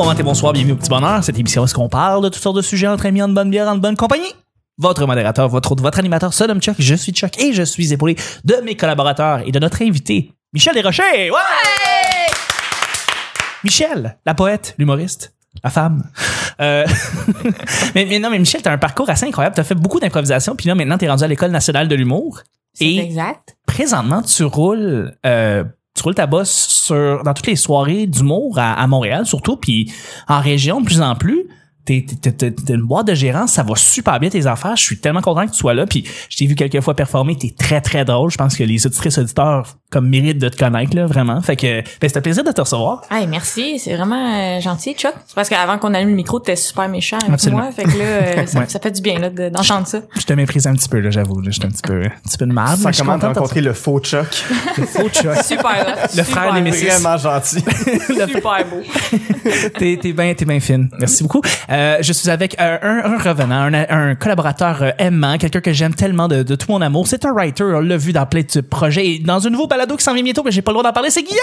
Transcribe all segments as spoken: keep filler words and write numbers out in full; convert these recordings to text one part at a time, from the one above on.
matin, bonsoir, bienvenue au Petit Bonheur. Cette émission, est-ce qu'on parle de toutes sortes de sujets entre amis, en bonne bière, en bonne compagnie? Votre modérateur, votre hôte, votre animateur se nomme Chuck, je suis Chuck et je suis épaulé de mes collaborateurs et de notre invité, Michel Desrochers. Ouais! Ouais! Michel, la poète, l'humoriste, la femme. Euh... mais, mais non, mais Michel, t'as un parcours assez incroyable. T'as fait beaucoup d'improvisation, puis là, maintenant, t'es rendu à l'École nationale de l'humour. C'est et exact. Présentement, tu roules... Euh, tu roules ta bosse sur, dans toutes les soirées d'humour à, à Montréal, surtout, puis en région de plus en plus. T'es, t'es, t'es, t'es une boîte de gérance, ça va super bien tes affaires. Je suis tellement content que tu sois là. Puis je t'ai vu quelques fois performer, t'es très très drôle. Je pense que les auditrices auditeurs comme méritent de te connaître là, vraiment. Fait que ben, c'était un plaisir de te recevoir. Hey, merci, c'est vraiment euh, gentil, Chuck. C'est parce qu'avant qu'on allume le micro, t'étais super méchant avec Absolument. moi. Fait que là, euh, ça, Ouais. ça fait du bien là de, d'entendre ça. Je te méprise un petit peu là, j'avoue. Là, j'étais un petit peu, un petit peu de marde. Ça mais je suis commence à content de rencontrer le faux Chuck. te- le faux Chuck. Super hot, Le super frère beau. Némésis. Vraiment gentil. Super beau. t'es, t'es bien, t'es bien fine. Merci beaucoup. Euh, je suis avec euh, un, un revenant, un, un collaborateur euh, aimant, quelqu'un que j'aime tellement de, de tout mon amour. C'est un writer, on l'a vu dans plein de projets. Et dans un nouveau balado qui s'en vient bientôt, mais j'ai pas le droit d'en parler, c'est Guillaume!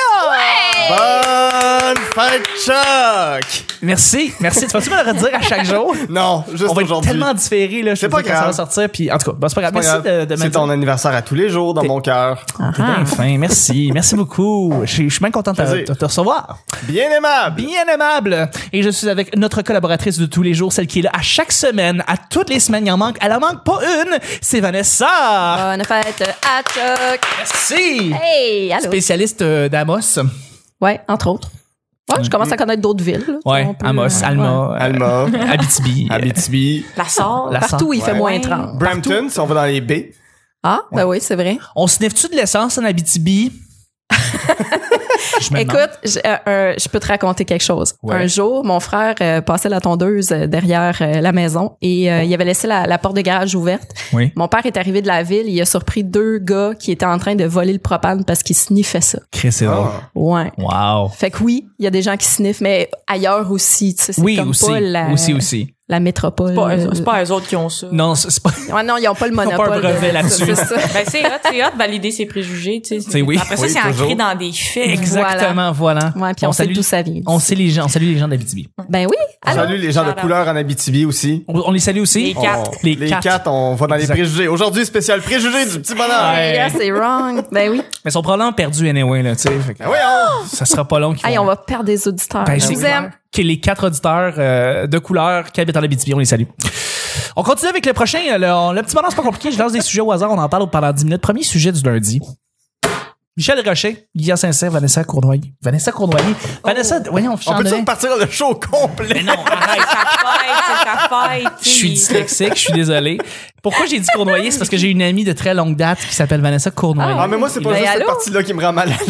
Bonne fête, Chuck! Merci, merci. Tu vas-tu me le redire à chaque jour? Non, juste On va être aujourd'hui. tellement différés, là. Je C'est sais pas pas quand ça va grave. sortir, puis en tout cas, bon, c'est pas grave. C'est pas Merci grave. de, de me C'est dire. ton anniversaire à tous les jours dans T'es- mon cœur. T'es bien fin, merci. Merci beaucoup. Je suis je suis bien content de te, Plaisir. de te recevoir. Bien aimable. Bien aimable. Et je suis avec notre collaboratrice de tous les jours, celle qui est là à chaque semaine, à toutes les semaines. Il en manque, elle en manque pas une. C'est Vanessa. Bonne fête à Chuck! Merci. Hey, allô? Spécialiste euh, d'Amos. Ouais, entre autres. Ouais, je commence à connaître d'autres villes. là. Ouais, On peut, Amos, euh, Alma, ouais. euh, Alma, Abitibi. Abitibi, La Sarre. La Partout où il fait Ouais. moins trente. Brampton, si on va dans les baies. Ah, ben oui, c'est vrai. On sniffe-tu de l'essence en Abitibi? Je me demande. Écoute, je, euh, euh, je peux te raconter quelque chose. Ouais. Un jour, mon frère euh, passait la tondeuse euh, derrière euh, la maison et euh, il avait laissé la, la porte de garage ouverte. Oui. Mon père est arrivé de la ville, il a surpris deux gars qui étaient en train de voler le propane parce qu'ils sniffaient ça. Chris, c'est drôle. Ah. Ouais. Wow. Fait que oui, il y a des gens qui sniffent, mais ailleurs aussi, tu sais, c'est Oui, comme aussi. pas la, Aussi, aussi. la métropole. C'est pas, c'est pas eux autres qui ont ça. Non, c'est c'est pas... Ouais, non, ils ont pas le pas un monopole. brevet de- là-dessus. C'est ça. Ben, c'est hot, c'est hot de valider ses préjugés, tu sais. C'est oui. Après ça, Oui, c'est ancré toujours. dans des faits. Exactement, voilà. Ouais, puis on, sait salue, d'où ça vient. on sait les gens, on salue les gens d'Abitibi. Ben oui. On Alors, salue les gens de Shout out. couleur en Abitibi aussi. On, on les salue aussi. Les quatre. On- Les les quatre. quatre, on va dans les Exact. préjugés. Aujourd'hui, spécial préjugés du petit bonheur. Ouais. yeah, c'est wrong. Ben oui. Mais ils sont probablement perdus anyway, là, tu sais. Fait que Ah oui, on... ça sera pas long qu'ils Hey, vont- on va perdre des auditeurs. Ben, Je c'est vous clair aime. que les quatre auditeurs euh, de couleur qui habitent en Abitibi, on les salue. On continue avec le prochain. Le, le petit bonheur, c'est pas compliqué. Je lance des sujets au hasard. On en parle pendant dix minutes. Premier sujet du lundi. Michel Rocher, Guillaume Saint-Cyr, Vanessa Cournoyer. Vanessa Cournoyer. Vanessa, voyons, On peut-tu Chandray. repartir le show complet? Mais non, arrête. C'est ta fête, c'est ta fête. Je suis dyslexique, je suis désolé. Pourquoi j'ai dit Cournoyer? C'est parce que j'ai une amie de très longue date qui s'appelle Vanessa Cournoyer. Ah, mais moi, c'est pas Ben, juste cette allô? partie-là qui me rend malade.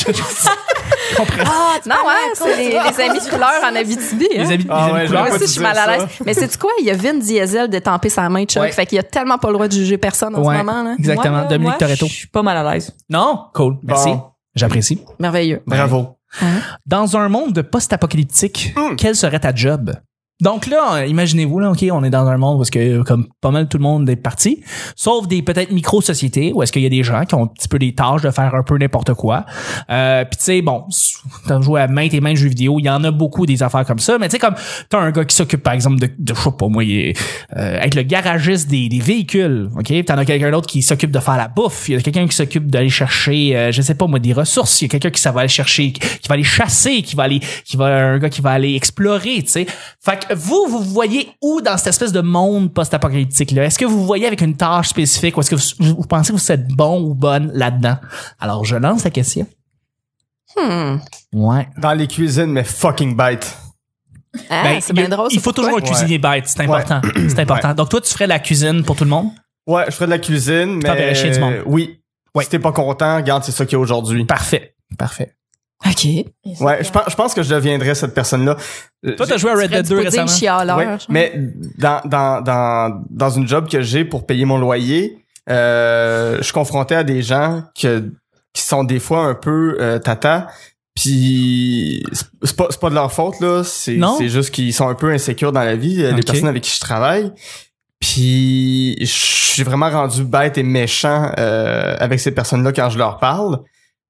Ah, non, ouais, c'est les, les amis de couleur en Abitibi. Hein. Les amis, Ah les amis ouais, de j'aurais couleur. Moi pas aussi, dû je suis dire mal à ça. l'aise. Mais c'est quoi? Il y a Vin Diesel de tamper sa main, Chuck. Ouais. Fait qu'il a tellement pas le droit de juger personne en Ouais, ce moment. Là. exactement. Moi, là, Dominique moi, Toretto. Je suis pas mal à l'aise. Non? Cool. Merci. Bon. J'apprécie. Merveilleux. Bravo. Dans un monde post-apocalyptique, Mm. quelle serait ta job? Donc là, euh, imaginez-vous, là, OK, on est dans un monde où est-ce que, euh, comme pas mal tout le monde est parti, sauf des peut-être micro-sociétés où est-ce qu'il y a des gens qui ont un petit peu des tâches de faire un peu n'importe quoi. Euh, puis tu sais, bon, t'as joué à maintes et maintes jeux vidéo, il y en a beaucoup des affaires comme ça, mais tu sais, comme t'as un gars qui s'occupe, par exemple, de, de je sais pas moi, il est, euh, être le garagiste des, des véhicules, OK? T'en as quelqu'un d'autre qui s'occupe de faire la bouffe, il y a quelqu'un qui s'occupe d'aller chercher, euh, je sais pas moi, des ressources, il y a quelqu'un qui ça va aller chercher, qui, qui va aller chasser, qui va aller, qui va, un gars qui va aller explorer, tu sais. Fait que vous, vous voyez où dans cette espèce de monde post-apocalyptique-là? Est-ce que vous voyez avec une tâche spécifique ou est-ce que vous, vous pensez que vous êtes bon ou bonne là-dedans? Alors, je lance la question. Hmm. Ouais. Dans les cuisines, mais fucking bête. Ah, Ben, c'est bien il- drôle. Il ça, faut toujours un pourquoi? cuisinier bête, c'est important. C'est important. Ouais. Donc, toi, tu ferais la cuisine pour tout le monde? Ouais, je ferais de la cuisine, mais... t'enverrais chier du monde. Oui. Ouais. Si t'es pas content, regarde, c'est ça qu'il y a aujourd'hui. Parfait. Parfait. OK. Ouais, je pense, je pense que je deviendrais cette personne-là. Toi, t'as joué à Red Dead deux récemment. chialeur. Ouais, genre. mais dans, dans, dans, dans une job que j'ai pour payer mon loyer, euh, je suis confronté à des gens que, qui sont des fois un peu euh, tata. Puis c'est- c'est pas, c'est pas de leur faute, là. C'est, Non? c'est juste qu'ils sont un peu insécures dans la vie, euh, les Ok. personnes avec qui je travaille. Puis je suis vraiment rendu bête et méchant euh, avec ces personnes-là quand je leur parle.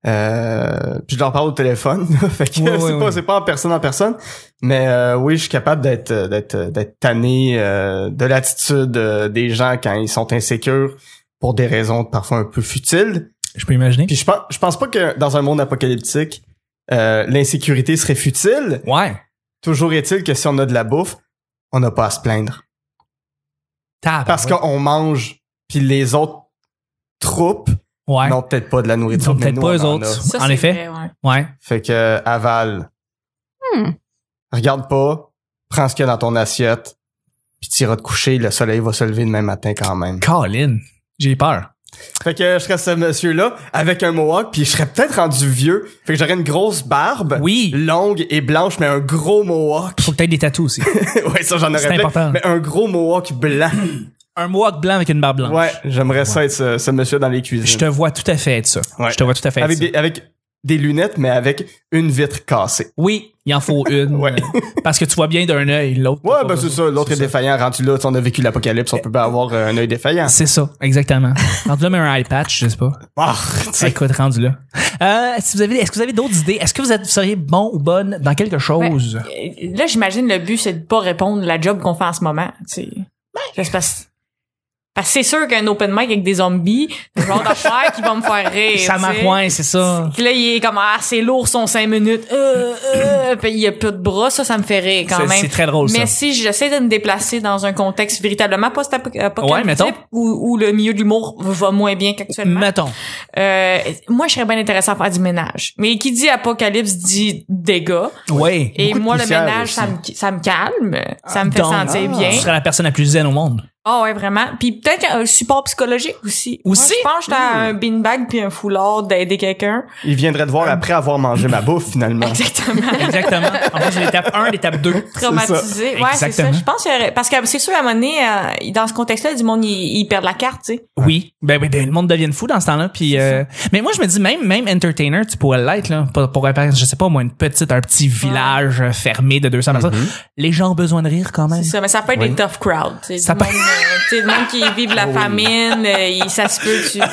Euh, puis je leur parle au téléphone. Fait que Ouais, c'est ouais, pas ouais. c'est pas en personne en personne. Mais euh, oui, je suis capable d'être d'être d'être tanné euh, de l'attitude euh, des gens quand ils sont insécures pour des raisons parfois un peu futiles. Je peux imaginer. Puis je pense je pense pas que dans un monde apocalyptique euh, l'insécurité serait futile. Ouais. Toujours est-il que si on a de la bouffe, on n'a pas à se plaindre. Tabarouette. Parce qu'on mange, puis les autres troupes ouais. n'ont peut-être pas de la nourriture. Ils ont mais peut-être nous, pas on eux en autres. a. Ça, En c'est effet. vrai, ouais. Ouais. Fait que euh, avale. Hmm. Regarde pas, prends ce qu'il y a dans ton assiette, puis t'iras te coucher, le soleil va se lever demain matin quand même. Colin. J'ai peur. Fait que je serais ce monsieur-là avec un mohawk, puis je serais peut-être rendu vieux. Fait que j'aurais une grosse barbe, Oui. longue et blanche, mais un gros mohawk. Faut que t'aies des tatous aussi. Ouais, ça j'en aurais C'est plein. important. Mais un gros mohawk blanc. Un mohawk blanc avec une barbe blanche. Ouais, j'aimerais ça être ce, ce monsieur dans les cuisines. Je te vois tout à fait être ça. Ouais. Je te vois tout à fait être avec ça. des, avec des lunettes, mais avec une vitre cassée. Oui, il en faut une. Ouais. euh, Parce que tu vois bien d'un œil, l'autre. Ouais, t'as ben pas c'est besoin. ça. L'autre est C'est ça. défaillant. Rendu là, tu sais, on a vécu l'apocalypse, on peut pas avoir euh, un œil défaillant. C'est ça, exactement. Rendu là, mais un eye patch, je sais pas. Ah, tu sais. Écoute, rendu là. Euh, si vous avez, est-ce que vous avez d'autres idées? Est-ce que vous, êtes, vous seriez bon ou bonne dans quelque chose? Euh, Là, j'imagine le but, c'est de pas répondre à la job qu'on fait en ce moment. Tu sais. C'est parce parce que c'est sûr qu'un open mic avec des zombies, le genre d'affaire qui va me faire rire. Ça tu m'a sais. ouais, c'est ça. Puis là, il est comme, ah, c'est lourd, son cinq minutes. Euh, euh, puis il y a peu de bras, ça, ça me fait rire quand C'est- même. c'est très drôle, ça. Mais si j'essaie de me déplacer dans un contexte véritablement post-apocalyptique, Ouais, mettons. où, où le milieu de l'humour va moins bien qu'actuellement, Mettons. euh, moi, je serais bien intéressant à faire du ménage. Mais qui dit apocalypse dit dégâts. Ouais. Et Beaucoup de moi, le poussière ménage, aussi. ça me, ça me calme, ça me fait Donc, sentir ah, bien. Tu serais la personne la plus zen au monde. Ah ouais, vraiment. Puis peut-être un support psychologique aussi. Aussi? Moi, je pense que j'étais un beanbag puis un foulard d'aider quelqu'un. Il viendrait te voir après avoir mangé ma bouffe, finalement. Exactement. Exactement. En fait, c'est l'étape un, l'étape deux. Traumatisé. Ouais, c'est Exactement. ça. Je pense que, parce que c'est sûr, à un moment donné, euh, dans ce contexte-là, du monde, il, il perd la carte, tu sais. Oui. Ben, ben, ben, le monde devient fou dans ce temps-là. Puis, euh, mais moi, je me dis, même, même entertainer, tu pourrais l'être, là. Pour, pour, je sais pas, moi, une petite, un petit village euh, fermé de deux cents personnes. Les gens ont besoin de rire quand même. C'est ça, mais ça peut être Oui. des tough crowds, tu sais. Ça Du peut- monde, euh, tu sais, du monde qui vivent la famine, euh, il- ça se peut, tu,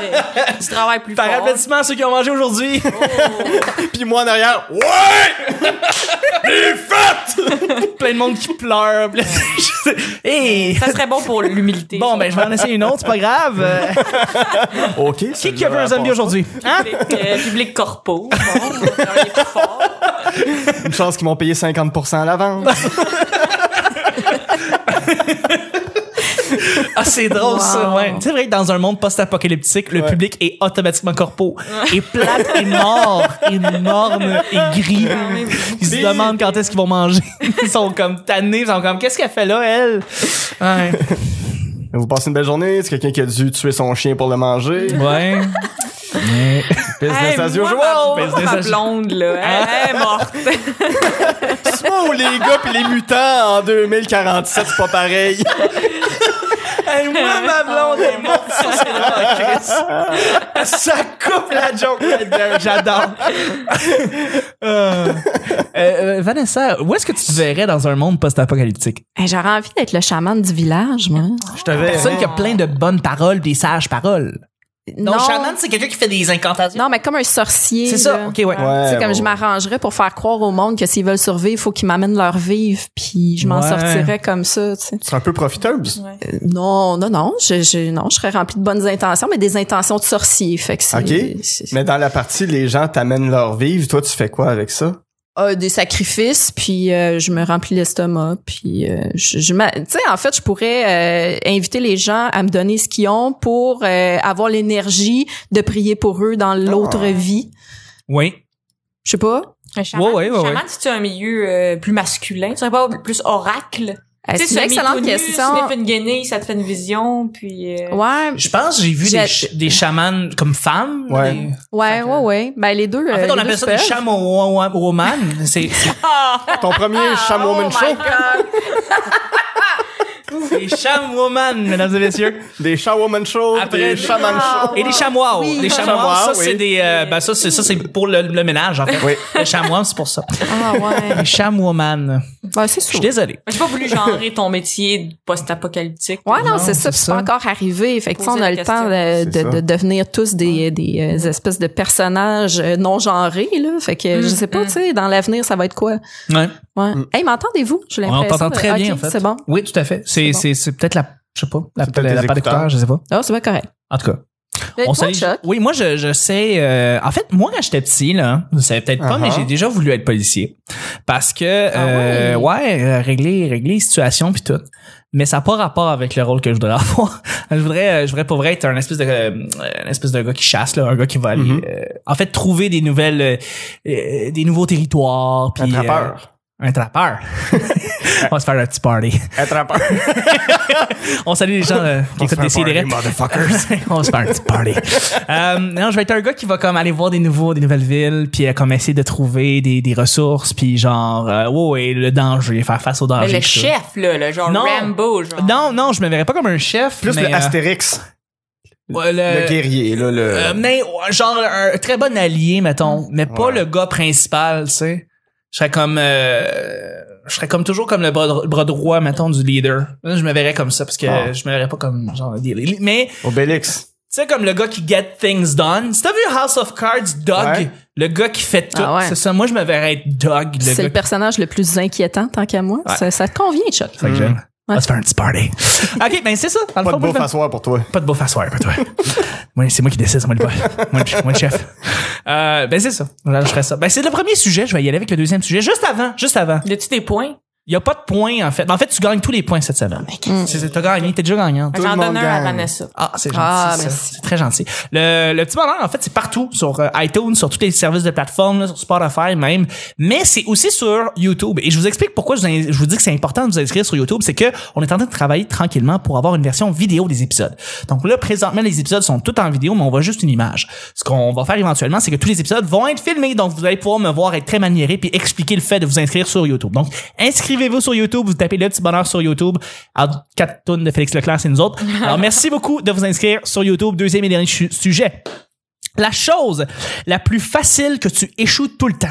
tu, tu travailles plus Par fort. applaudissement à ceux qui ont mangé aujourd'hui. Puis moi en arrière, ouais! Les fêtes! Plein de monde qui pleure. Puis là, je sais- Hey! Ça serait bon pour l'humilité. Bon, ça. ben, je vais en essayer une autre, c'est pas grave. Euh, OK. qui qui a vu un zombie aujourd'hui? Hein? Public, euh, public corpo. Bon, on va travailler plus fort. Une chance qu'ils m'ont payé cinquante pour cent à l'avance. Ah, c'est drôle, Wow. ça, ouais. C'est vrai que dans un monde post-apocalyptique, le Ouais. public est automatiquement corpo. Et plate et mort, énorme et gris. Ils se demandent quand est-ce qu'ils vont manger. Ils sont comme tannés, ils sont comme, qu'est-ce qu'elle fait là, elle? Ouais. Vous passez une belle journée. C'est quelqu'un qui a dû tuer son chien pour le manger. Ouais. Mais... Business Hey, as moi, usual. ma, Business ma as- blonde, là, elle, elle est morte. C'est moi ou les gars pis les mutants en deux mille quarante-sept, c'est pas pareil. Hey, moi, ma blonde est morte. Ça, c'est drôle, Chris. Ça coupe la joke là-dedans. J'adore. Euh, euh, Vanessa, où est-ce que tu te verrais dans un monde post-apocalyptique? Hey, j'aurais envie d'être le chaman du village, moi. Je te verrai. Personne qui a plein de bonnes paroles, des sages paroles. Non, chaman, c'est quelqu'un qui fait des incantations. Non, mais comme un sorcier. C'est ça, là. ok, ouais. Ouais, Tu sais, comme ouais, je ouais. m'arrangerais pour faire croire au monde que s'ils veulent survivre, il faut qu'ils m'amènent leur vivre, puis je m'en Ouais. sortirais comme ça, tu sais. C'est un peu profiteuse. Ouais. Non, non, non, je, je, non, je serais remplie de bonnes intentions, mais des intentions de sorcier, fait que c'est... OK. c'est- Mais dans la partie, les gens t'amènent leur vivre. Toi, tu fais quoi avec ça? Ah, des sacrifices, puis euh, je me remplis l'estomac, puis euh, je, je m'a- tu sais, en fait, je pourrais euh, inviter les gens à me donner ce qu'ils ont pour euh, avoir l'énergie de prier pour eux dans l'autre Ah. vie. Oui. Je sais pas. Un chaman, Ouais, ouais, ouais, chaman, c'est un milieu euh, plus masculin. Tu serais pas plus oracle? Euh, Tu sais, c'est une excellente semi-tout nu, question. Tu fais une guenille, ça te fait une vision, puis... euh, Ouais, Je pense que j'ai vu J'ai- des, ch- des chamans comme femmes. Ouais. des- ouais, Fait que- ouais, ouais. Ben les deux. En euh, fait, on les appelle deux ça des peuvent. chaman. C'est, c'est- Ton premier Oh chameau man show? Des chamois-man, mesdames et messieurs. Des Shawoman Show, Après, des Shaman Ah, Show. Et des chamois. Oui. Des chamois, Chamois, ça, oui. c'est des, euh, ben, ça, c'est, ça, c'est pour le, le ménage, en fait. Oui. Les chamois, c'est pour ça. Ah ouais. Les chamois-man. Ben, c'est Je suis sûr. désolé. J'ai pas voulu genrer ton métier post-apocalyptique. Ouais, non, Non, c'est ça. c'est puis c'est ça. pas encore arrivé. Fait que, tu sais, on Poser a la le temps de, question. de, C'est de ça. devenir tous des, des euh, espèces de personnages euh, non genrés, là. Fait que, Mm, je sais pas, mm. tu sais, dans l'avenir, ça va être quoi? Ouais. Ouais. Hey, m'entendez-vous? J'ai On l'impression. t'entend très Ok, bien, en fait. C'est bon. Oui, tout à fait. C'est, C'est bon. c'est, c'est peut-être la, je sais pas, la, C'est peut-être la, tes la pas d'écouteur, écouteurs. je sais pas. Ah, c'est bien correct. En tout cas. Mais On toi, salue- Chuck? Oui, moi, je, je sais, euh, en fait, moi, quand j'étais petit, là, vous savez peut-être pas, Uh-huh. mais j'ai déjà voulu être policier. Parce que, euh, Ah ouais, euh, régler, régler les situations puis tout. Mais ça n'a pas rapport avec le rôle que je voudrais avoir. je voudrais, euh, je voudrais pas vrai être un espèce de, euh, un espèce de gars qui chasse, là, un gars qui va aller, Mhm. euh, en fait, trouver des nouvelles, euh, euh, des nouveaux territoires. Un Puis, trappeur. euh, un trappeur. On va se faire un petit party. Un trappeur. On salue les gens euh, qui On se écoutent des fait un C D. party, motherfuckers. On va se faire un petit party. euh, non, je vais être un gars qui va comme aller voir des nouveaux, des nouvelles villes, puis euh, comme essayer de trouver des, des ressources, puis genre, euh, oh, et le danger, faire face au danger. Mais le puis tout. chef, là, le genre Non. Rambo, genre. Non, non, je me verrais pas comme un chef. Plus mais, le euh, Astérix. ouais, Le guerrier, là, le... euh, mais ouais, genre un très bon allié, mettons, mais pas Ouais. le gars principal, tu sais. Je serais comme, euh, je serais comme toujours comme le bras, le bras droit, mettons, du leader. Là, je me verrais comme ça parce que Ah. je me verrais pas comme genre des- mais Obélix. tu sais, comme le gars qui get things done. Si t'as vu House of Cards, Doug, Ouais. le gars qui fait tout, Ah ouais. c'est ça. Moi, je me verrais être Doug, le C'est gars le personnage le plus inquiétant, tant qu'à moi. Ouais. Ça, ça te convient, Chuck? C'est ça que j'aime. On va se faire un petit party. OK, ben c'est ça. Dans le Pas fond, de moi, beau je vais- fassoir pour toi. Pas de beau fassoir, pas toi. moi, c'est moi qui décide, c'est moi le boss. Moi, le- moi le chef. Euh, ben c'est ça. Là, je ferais ça. Ben c'est le premier sujet. Je vais y aller avec le deuxième sujet. Juste avant, juste avant. Y a-tu des points? Il y a pas de points, en fait. Ben, en fait, tu gagnes tous les points cette semaine. C'est- c'est- T'as gagné, t'es déjà gagnant. Tout J'en le monde donne un à gagne. Vanessa. Ah, c'est gentil. Ah, ça. merci. C'est très gentil. Le, le petit bonheur, en fait, c'est partout. Sur euh, iTunes, sur tous les services de plateforme, là, sur Spotify même. Mais c'est aussi sur YouTube. Et je vous explique pourquoi je vous, in- je vous dis que c'est important de vous inscrire sur YouTube. C'est que on est en train de travailler tranquillement pour avoir une version vidéo des épisodes. Donc là, présentement, les épisodes sont tous en vidéo, mais on voit juste une image. Ce qu'on va faire éventuellement, c'est que tous les épisodes vont être filmés. Donc, vous allez pouvoir me voir être très maniéré puis expliquer le fait de vous inscrire sur YouTube. Donc, inscrivez-vous sur YouTube. Vous tapez le petit bonheur sur YouTube. Alors, quatre tonnes de Félix Leclerc, c'est nous autres. Alors, merci beaucoup de vous inscrire sur YouTube. Deuxième et dernier chu- sujet. La chose la plus facile que tu échoues tout le temps.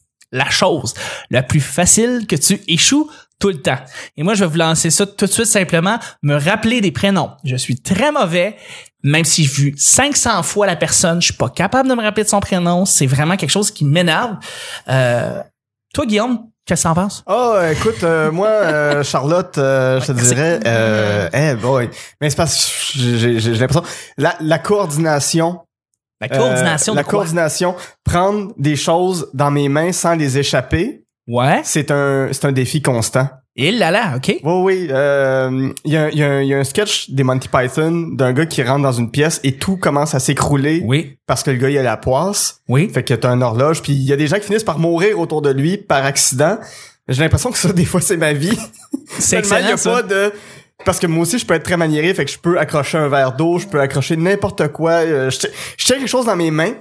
La chose la plus facile que tu échoues tout le temps. Et moi, je vais vous lancer ça tout de suite simplement. Me rappeler des prénoms. Je suis très mauvais. Même si j'ai vu cinq cents fois la personne, je suis pas capable de me rappeler de son prénom. C'est vraiment quelque chose qui m'énerve. Euh, toi, Guillaume, qu'est-ce que t'en penses? Oh, écoute, euh, moi, euh, Charlotte, euh, je te Ouais, dirais, euh, eh boy, mais c'est parce que j'ai j'ai- j'ai l'impression, la, la coordination, La coordination euh, de la quoi? coordination, prendre des choses dans mes mains sans les échapper, Ouais. c'est un, c'est un défi constant. Et là là, OK. Oui, oui, euh, il y a, il y a un- il y a un sketch des Monty Python d'un gars qui rentre dans une pièce et tout commence à s'écrouler Oui. parce que le gars il a la poisse. Oui. Fait que t'as une horloge, puis il y a des gens qui finissent par mourir autour de lui par accident. J'ai l'impression que ça, des fois, c'est ma vie. C'est Tellement il y excellent, a ça. pas de... Parce que moi aussi, je peux être très maniéré, fait que je peux accrocher un verre d'eau, je peux accrocher n'importe quoi. euh, je, tiens- je tiens quelque chose dans mes mains,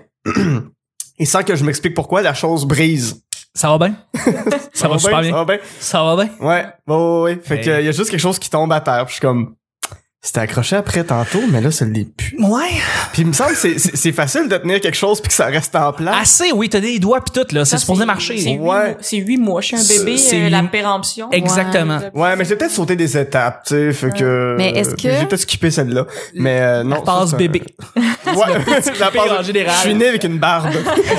et sans que je m'explique pourquoi, la chose brise. Ça va bien? ça va super bien. Ça va bien. Ça va bien? Ouais, ouais, ouais, ouais. Fait Hey. que, il y a juste quelque chose qui tombe à terre, puis je suis comme... C'était accroché après tantôt, mais là, ça l'est plus. Ouais. Puis il me semble que c'est- c'est c'est facile de tenir quelque chose puis que ça reste en place. Assez, oui, t'as des doigts pis tout, là. C'est Ça, supposé C'est marcher. huit Ouais. mois- C'est huit mois. Je suis un bébé, C'est euh, huit- la péremption. Exactement. Ouais. Ouais, mais j'ai peut-être sauté des étapes, tu sais, fait que... Mais est-ce que- J'ai peut-être skippé celle-là. Mais euh, non. La passe ça, c'est un- bébé. Ouais, la en passe... général. Je suis né avec une barbe.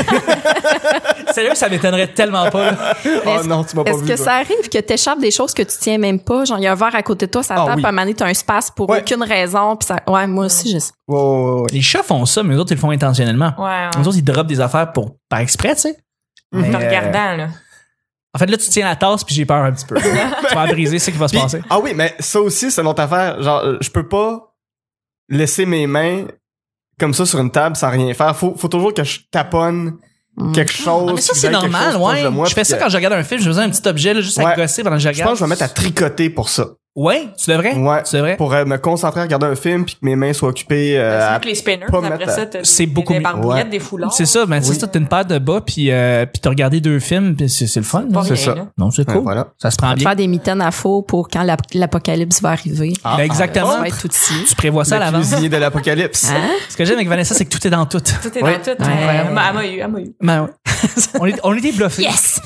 Sérieux, ça m'étonnerait tellement pas, là. Oh Est-ce- non, tu m'as pas Est-ce vu. que ça. ça arrive que t'échappes des choses que tu tiens même pas? Genre, il y a un verre à côté de toi, ça Ah tape, oui. à un moment donné, t'as un space pour Ouais. aucune raison, pis ça... Ouais, moi aussi, j'ai ça. Ouais, ouais, ouais. Les chats font ça, mais eux autres, ils le font intentionnellement. Ouais, ouais. Les autres, ils dropent des affaires pour, par exprès, tu sais. En Mais, te euh, regardant, là. En fait, là, tu tiens la tasse puis j'ai peur un petit peu. tu vas la briser, c'est ce qui va se Puis- passer. ah oui, mais ça aussi, c'est une autre affaire. Genre, euh, je peux pas laisser mes mains comme ça sur une table sans rien faire. Faut, faut toujours que je taponne Mm. quelque chose. Ah, mais ça, qui c'est vient quelque normal, chose proche ouais. de moi, je fais puis ça que- quand je regarde un film, je faisais un petit objet, là, juste à Ouais. gosser pendant que je Je regarde. pense que je vais me mettre à tricoter pour ça. Ouais, tu devrais. Ouais. Tu devrais. Pour euh, me concentrer à regarder un film puis que mes mains soient occupées euh, C'est à mieux que les spinners, pas après mettre à- ça, t'as C'est des, beaucoup des mieux. barbouillettes, Ouais. des foulards. C'est ça, ben c'est Oui. ça, t'as une paire de bas puis euh, puis t'as regardé deux films puis c'est c'est le fun. Pas là. C'est rien, ça. là. Non, c'est Ouais, cool. voilà. Ça se prend bien. Faire des mitaines à faux pour quand l'ap- l'apocalypse va arriver. Ben, exactement. Ça va être outillé. Tu prévois ça à Le l'avance. cuisinier de l'apocalypse. Hein? Ce que j'aime avec Vanessa, c'est que tout est dans tout. Tout est Oui. dans tout. Ouais. Ouais. Elle m'a eu, elle m'a eu. Ben ouais. on, est, on était bluffés. Yes!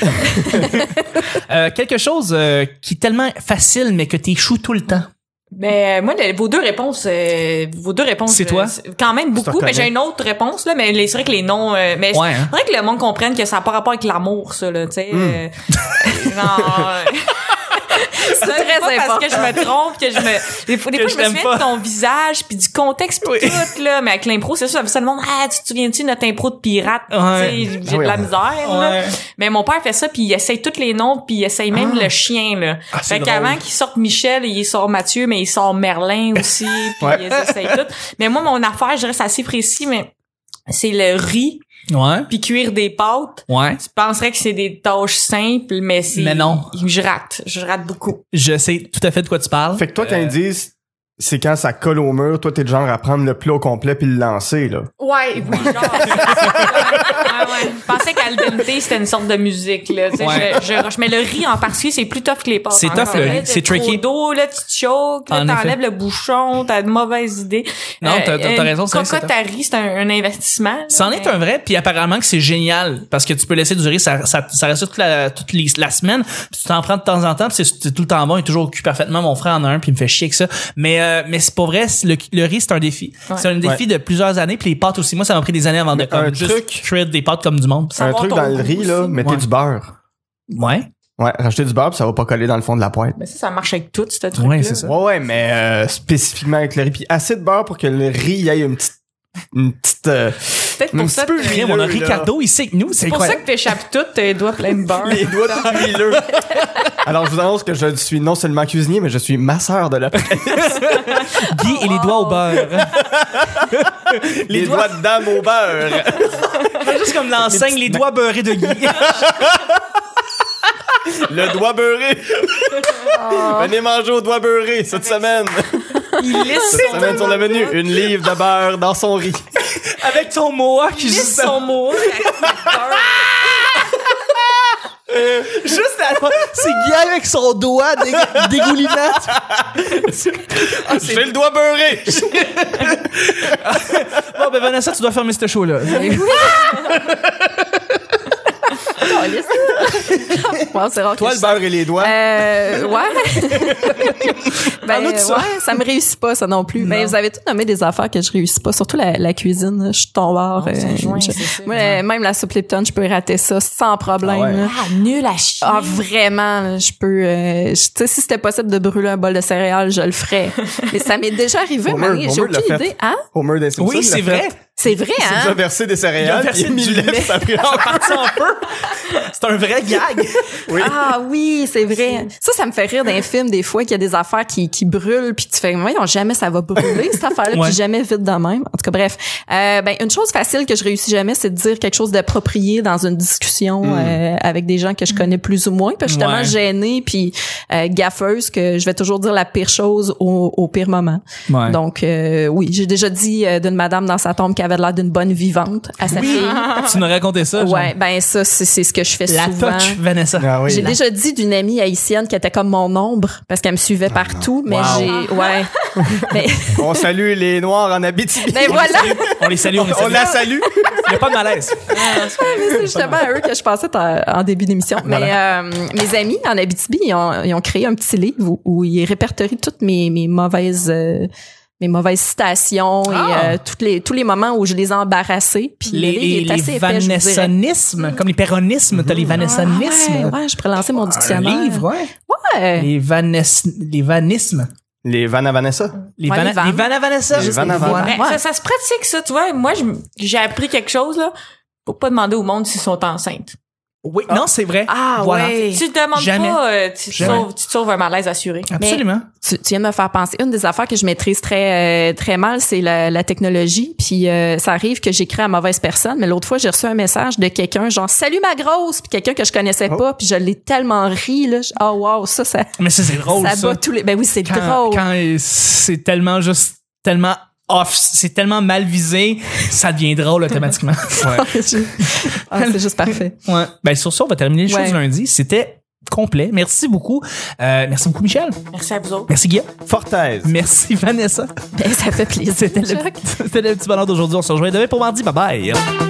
Euh, quelque chose euh, qui est tellement facile mais que t'échoues tout le temps. Mais moi, le- vos deux réponses, euh, vos deux réponses, C'est toi? euh, quand même beaucoup. reconnais. Mais j'ai une autre réponse là, mais les- c'est vrai que les noms, euh, mais Ouais, hein? c'est vrai que le monde comprenne que ça n'a pas rapport avec l'amour, ça là, tu sais. euh, non. euh, c'est très pas important. parce que je me trompe que je me des fois, des Que fois je je me t'aime souviens pas. de ton visage puis du contexte pis Oui. tout là, mais avec l'impro c'est ça, ça le monde ah tu te souviens-tu de notre impro de pirate, Ouais. tu sais, j'ai Ah oui, de la on- misère là. Ouais. Mais mon père fait ça puis il essaye tous les noms puis il essaye même le chien là. Ah, c'est fait drôle. qu'avant qu'il sorte Michel, il sort Mathieu mais il sort Merlin aussi puis Ouais. ils essayent tout. Mais moi mon affaire, je reste assez précis mais c'est le riz Ouais. puis cuire des pâtes. Ouais. Tu penserais que c'est des tâches simples mais c'est Mais non. je rate, je rate beaucoup. Je sais tout à fait de quoi tu parles. Fait que toi, quand Euh, ils disent c'est quand ça colle au mur, toi, t'es du genre à prendre le plat au complet puis le lancer, là. Ouais, oui, genre. ouais, ouais. Je pensais qu'Al dente, c'était une sorte de musique, là. Tu sais, Ouais. je, je, je mets le riz en particulier, c'est plus tough que les pâtes. C'est Encore. tough, le Là, riz. t'as C'est trop tricky. d'eau, là, tu te choques, là, En t'enlèves effet. le bouchon, t'as de mauvaises idées. Non, t'as- t'as- t'as raison, c'est vrai que c'est Cocotte à riz, c'est un, un investissement. là, C'en est mais- un vrai, puis apparemment que c'est génial parce que tu peux laisser durer, ça, ça, ça reste toute la, toute les- la semaine, puis tu t'en prends de temps en temps, puis c'est, c'est tout le temps bon, il est toujours occupé parfaitement. Mon frère en a un, puis il me fait chier avec ça. Mais euh, mais c'est pas vrai, c'est le, le riz c'est un défi. Ouais. C'est un défi de plusieurs années, puis les pâtes aussi. Moi, ça m'a pris des années avant de Mais comme, un juste truc- cuire des pâtes comme du monde. Ça un va truc ton dans le goût riz, là, aussi. mettez Ouais. du beurre. Ouais. Ouais, racheter du beurre puis ça va pas coller dans le fond de la poêle. Mais ça, ça marche avec tout, ce truc-là. Ouais, c'est ça. Ouais, ouais, mais euh, spécifiquement avec le riz. Puis assez de beurre pour que le riz ait une petite... Une petite... euh, Peut-être Un pour petit ça peu que- Crème, on a Huileux, là. Ricardo ici avec nous, c'est c'est pour ça incroyable. que t'échappes tout, tes doigts pleins de beurre. les doigts tout huileux. Alors, je vous annonce que je suis non seulement cuisinier, mais je suis masseur de la Guy et les doigts au beurre. Les doigts de dame au beurre. C'est juste comme l'enseigne, les doigts beurrés de Guy. Le doigt beurré. Venez manger au doigt beurré cette semaine. Il lisse Cette son, semaine sur le menu, une livre de beurre dans son riz. Avec ton mohawk, il lisse juste, son mot. juste à la c'est Guy avec son doigt dég- dégoulinant. J'ai le doigt beurré. Bon, ben Vanessa, tu dois fermer ce show-là. Wow, c'est rare Toi, que le je- beurre et les doigts. Euh, ouais. ben, Parle-nous de ça. ouais, ça me réussit pas, ça non plus. Mais vous avez tout nommé des affaires que je réussis pas, surtout la, la cuisine. Je suis tombard. On se euh, rejoint, je- c'est ça. moi, euh, même la soupe Lipton, je peux rater ça sans problème. Ah ouais. là. Ah, nul à chier. Ah, vraiment, là, je peux... euh, je- tu sais, si c'était possible de brûler un bol de céréales, je le ferais. Mais ça m'est déjà arrivé, Homer- Marie, j'ai Homer l'a aucune fait. idée. Hein? Homer des Simpsons, Oui, il l'a c'est fait. vrai. C'est vrai, Il a hein? versé des Il a céréales, versé puis il a mis du le lait, lait. puis ça a pris C'est parti en peu. C'est un vrai gag. Oui. Ah oui, c'est vrai. Ça, ça me fait rire d'un film des fois qu'il y a des affaires qui, qui brûlent puis tu fais voyons jamais ça va brûler cette affaire-là Ouais. puis jamais vite de même. En tout cas bref, euh, ben une chose facile que je réussis jamais, c'est de dire quelque chose d'approprié dans une discussion Mm. euh, avec des gens que je connais plus ou moins. Puis je suis tellement Ouais. gênée puis euh, gaffeuse que je vais toujours dire la pire chose au, au pire moment. Ouais. Donc euh, oui, j'ai déjà dit euh, d'une madame dans sa tombe qui avait l'air d'une bonne vivante à sa fille. Tu nous racontais ça, genre? Ouais, ben ça c'est c'est ce que je fais La souvent. touch, Vanessa. Ah oui. J'ai déjà dit d'une amie haïtienne qui était comme mon ombre parce qu'elle me suivait partout, mais Wow. j'ai ouais. mais On salue les Noirs en Abitibi. mais voilà, On les salue, on les On salue. la salue. Il n'y a pas de malaise. mais c'est justement à eux que je pensais en, en début d'émission. Mais euh, mes amis en Abitibi, ils ont, ils ont créé un petit livre où, où ils répertorient toutes mes mes mauvaises euh, mes mauvaises citations Ah. et euh, toutes les tous les moments où je les ai embarrassés. Puis le Les, livre les, est assez les épais, je vous dirais. vanessanismes, comme les péronismes, t'as les vanessanismes. Ouais, ouais, je pourrais lancer mon Un dictionnaire. livre, ouais. Ouais. Les vanes, les vanismes. Les Vanna Vanessa. Les Ouais, vanna, les vannes. les vanna Vanessa. Les Juste vanna les vanna. vanna. Ben, Ouais. ça, ça se pratique, ça, tu vois. Moi, je- j'ai appris quelque chose, là. Faut pas demander au monde s'ils sont enceintes. Oui, non, c'est vrai. Ah, voilà. ouais. Tu te demandes Jamais. pas, euh, tu, te Jamais. sauves, tu te sauves un malaise assuré. Absolument. Tu, tu viens de me faire penser. Une des affaires que je maîtrise très euh, très mal, c'est la, la technologie. Puis euh, ça arrive que j'écris à mauvaise personne. Mais l'autre fois, j'ai reçu un message de quelqu'un genre salut ma grosse, puis quelqu'un que je connaissais Oh. pas, puis je l'ai tellement ri là. Je- Oh wow, ça ça Mais ça, c'est drôle, ça ça. bat tous les. Ben oui, c'est Quand, drôle. quand c'est tellement juste, tellement off, c'est tellement mal visé, ça devient drôle automatiquement. Ouais. Ah, c'est juste parfait. Ouais. Ben, sur ça, on va terminer les Ouais. choses lundi. C'était complet. Merci beaucoup. Euh, merci beaucoup, Michel. Merci à vous autres. Merci, Guillaume. Fortaise. Merci, Vanessa. Ben ça fait plaisir. C'était le, c'était le petit bonheur d'aujourd'hui. On se rejoint demain pour mardi. Bye bye.